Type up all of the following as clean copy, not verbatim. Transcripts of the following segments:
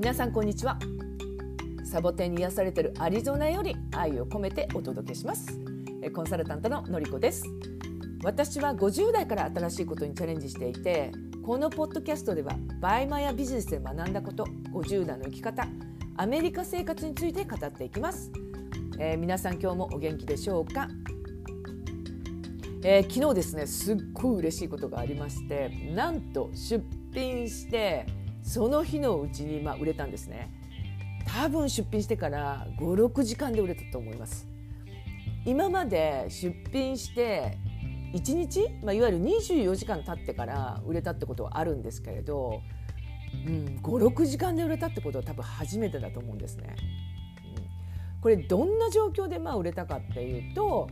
皆さんこんにちは。サボテンに癒されているアリゾナより愛を込めてお届けします。コンサルタントののりこです。私は50代から新しいことにチャレンジしていて、このポッドキャストではバイマやビジネスで学んだこと、50代の生き方、アメリカ生活について語っていきます。皆さん今日もお元気でしょうか。昨日ですね、すっごい嬉しいことがありまして、なんと出品してその日のうちに売れたんですね。多分出品してから5、6時間で売れたと思います。今まで出品して1日、いわゆる24時間経ってから売れたってことはあるんですけれど、5、6時間で売れたってことは多分初めてだと思うんですね。これどんな状況で売れたかっていうと、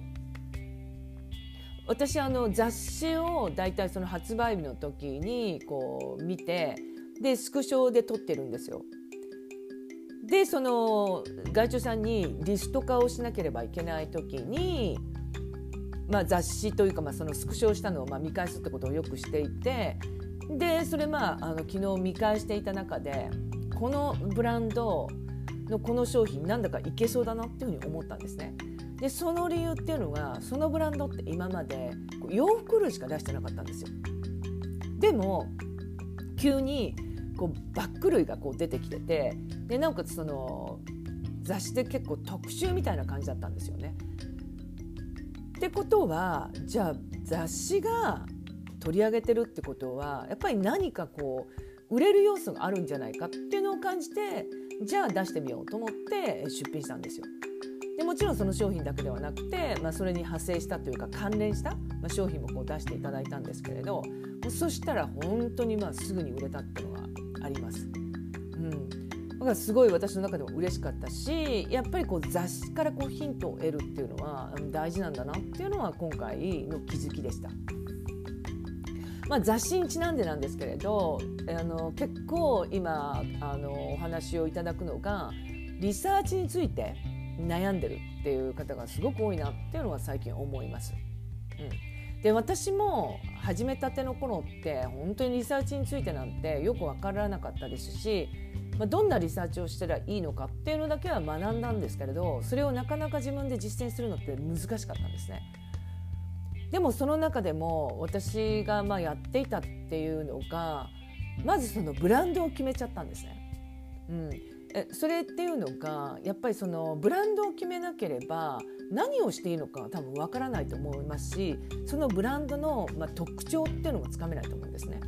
私雑誌をだいたいその発売日の時にこう見て、でスクショで撮ってるんですよ。でその外注さんにリスト化をしなければいけない時に、雑誌というかそのスクショしたのを見返すってことをよくしていて、でそれ昨日見返していた中で、このブランドのこの商品なんだかいけそうだなっていうふうに思ったんですね。でその理由っていうのが、そのブランドって今まで洋服類しか出してなかったんですよ。でも急にバッグ類が出てきてて、でなおかつその雑誌で結構特集みたいな感じだったんですよね。ってことは、じゃあ雑誌が取り上げてるってことは、やっぱり何か売れる要素があるんじゃないかっていうのを感じて、じゃあ出してみようと思って出品したんですよ。でもちろんその商品だけではなくて、それに派生したというか関連した、商品も出していただいたんですけれど、そしたら本当にすぐに売れたっていうのがあります。だからすごい私の中でも嬉しかったし、やっぱり雑誌からヒントを得るっていうのは大事なんだなっていうのは今回の気づきでした。雑誌にちなんでなんですけれど、結構今お話をいただくのが、リサーチについて悩んでるっていう方がすごく多いなっていうのは最近思います。で私も始めたての頃って本当にリサーチについてなんてよく分からなかったですし、どんなリサーチをしたらいいのかっていうのだけは学んだんですけれど、それをなかなか自分で実践するのって難しかったんですね。でもその中でも私がやっていたっていうのが、まずそのブランドを決めちゃったんですね。それっていうのがやっぱりそのブランドを決めなければ何をしていいのか多分わからないと思いますし、そのブランドの特徴っていうのもつかめないと思うんですね。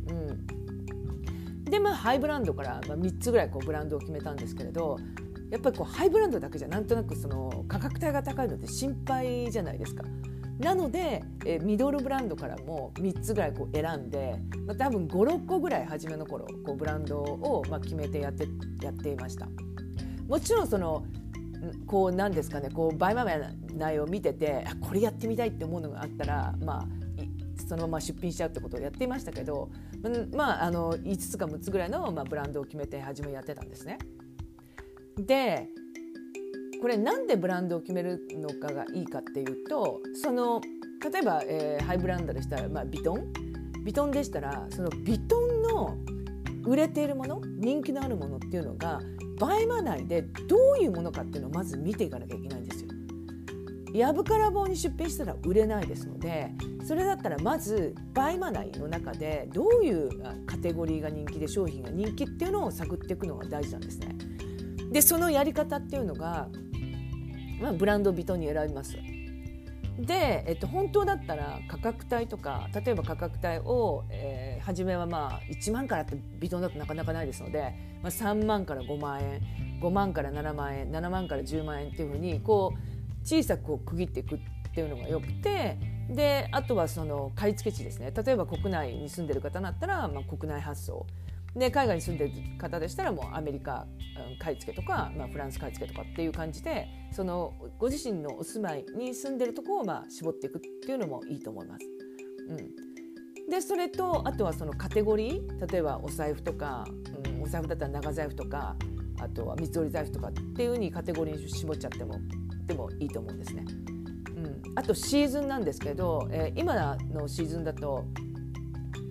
でハイブランドから3つぐらいブランドを決めたんですけれど、やっぱりハイブランドだけじゃなんとなくその価格帯が高いので心配じゃないですか。なのでミドルブランドからも3つぐらい選んで、多分5、6個ぐらい初めの頃ブランドを決めてやっていました。もちろんその何ですかね、バイマ内を見ててこれやってみたいって思うのがあったら、そのまま出品しちゃうってことをやっていましたけど、5つか6つぐらいのブランドを決めて初めやってたんですね。でこれなんでブランドを決めるのかがいいかっていうと、例えば、ハイブランドでしたら、ビトンでしたら、そのビトンの売れているもの、人気のあるものっていうのがバイマ内でどういうものかっていうのをまず見ていかなきゃいけないんですよ。やぶから棒に出品したら売れないですので、それだったらまずバイマ内の中でどういうカテゴリーが人気で商品が人気っていうのを探っていくのが大事なんですね。でそのやり方っていうのが、ブランドをビトンに選びます。で、本当だったら価格帯とか、例えば価格帯を、初めは1万からってビトンだとなかなかないですので、3万から5万円、5万から7万円、7万から10万円っていうふうに小さく区切っていくっていうのがよくて、であとはその買い付け地ですね。例えば国内に住んでる方だったら、国内発送で、海外に住んでる方でしたらもうアメリカ買い付けとか、フランス買い付けとかっていう感じで、そのご自身のお住まいに住んでるところを絞っていくっていうのもいいと思います。でそれとあとはそのカテゴリー、例えばお財布とか、お財布だったら長財布とか、あとは三つ折り財布とかっていう風にカテゴリーに絞っちゃってもいいと思うんですね。あとシーズンなんですけど、今のシーズンだと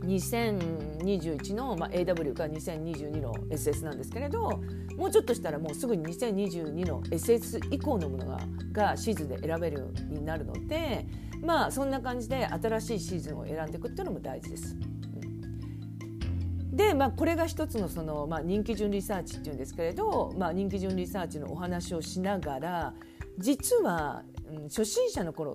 2021の、AW か2022の SS なんですけれど、もうちょっとしたらもうすぐに2022の SS 以降のものがシーズンで選べるようになるので、そんな感じで新しいシーズンを選んでいくっていうのも大事です。で、これが一つの人気順リサーチっていうんですけれど、人気順リサーチのお話をしながら、実は初心者の頃って、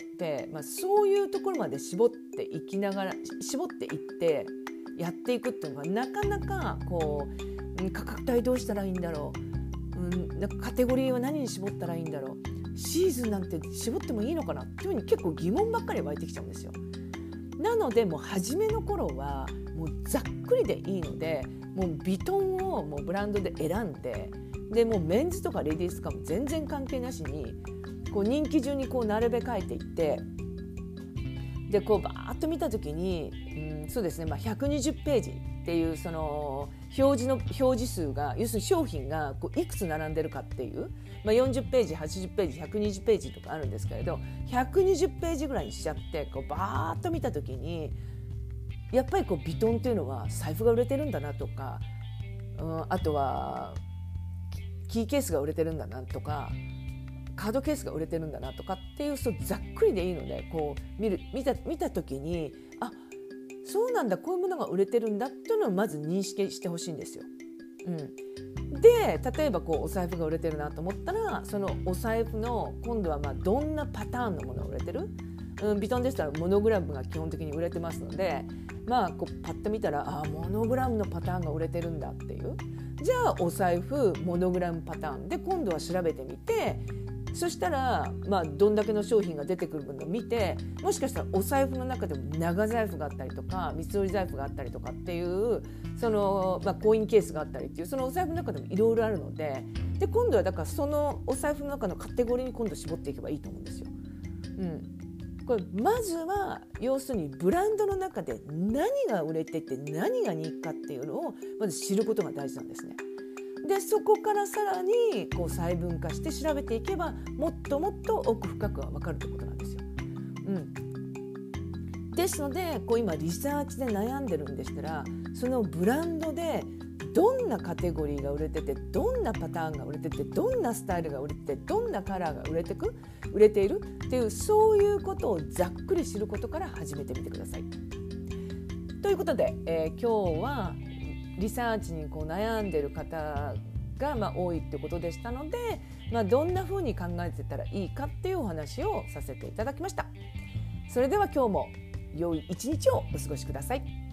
そういうところまで絞っていってやっていくっていうのがなかなか価格帯どうしたらいいんだろう、なんかカテゴリーは何に絞ったらいいんだろう、シーズンなんて絞ってもいいのかなっていうふうに結構疑問ばっかり湧いてきちゃうんですよ。なのでもう初めの頃はもうざっくりでいいので、もうヴィトンをもうブランドで選んで、でもうメンズとかレディースとかも全然関係なしに人気順に並べ替えていって、でバーッと見た時に、そうですね、120ページっていうその表示数が、要するに商品がいくつ並んでるかっていう、40ページ80ページ120ページとかあるんですけれど、120ページぐらいにしちゃってバーッと見た時に、やっぱりヴィトンっていうのは財布が売れてるんだなとか、あとはキーケースが売れてるんだなとか、カードケースが売れてるんだなとかっていう、ざっくりでいいので見た時に、そうなんだ、こういうものが売れてるんだっていうのをまず認識してほしいんですよ。で例えばお財布が売れてるなと思ったら、そのお財布の今度はどんなパターンのものが売れてる、ヴィトンでしたらモノグラムが基本的に売れてますので、パッと見たらモノグラムのパターンが売れてるんだっていう、じゃあお財布モノグラムパターンで今度は調べてみて、そしたらどんだけの商品が出てくるのを見て、もしかしたらお財布の中でも長財布があったりとか三つ折り財布があったりとかっていうコインケースがあったりっていう、そのお財布の中でもいろいろあるので、今度はだからそのお財布の中のカテゴリーに今度絞っていけばいいと思うんですよ。これまずは要するにブランドの中で何が売れてて何が人気かっていうのをまず知ることが大事なんですね。でそこからさらに細分化して調べていけば、もっともっと奥深くは分かるということなんですよ。ですので今リサーチで悩んでるんでしたら、そのブランドでどんなカテゴリーが売れてて、どんなパターンが売れてて、どんなスタイルが売れてて、どんなカラーが売れているっていう、そういうことをざっくり知ることから始めてみてください。ということで、今日はリサーチに悩んでいる方が多いってことでしたので、どんな風に考えてたらいいかっていうお話をさせていただきました。それでは今日も良い一日をお過ごしください。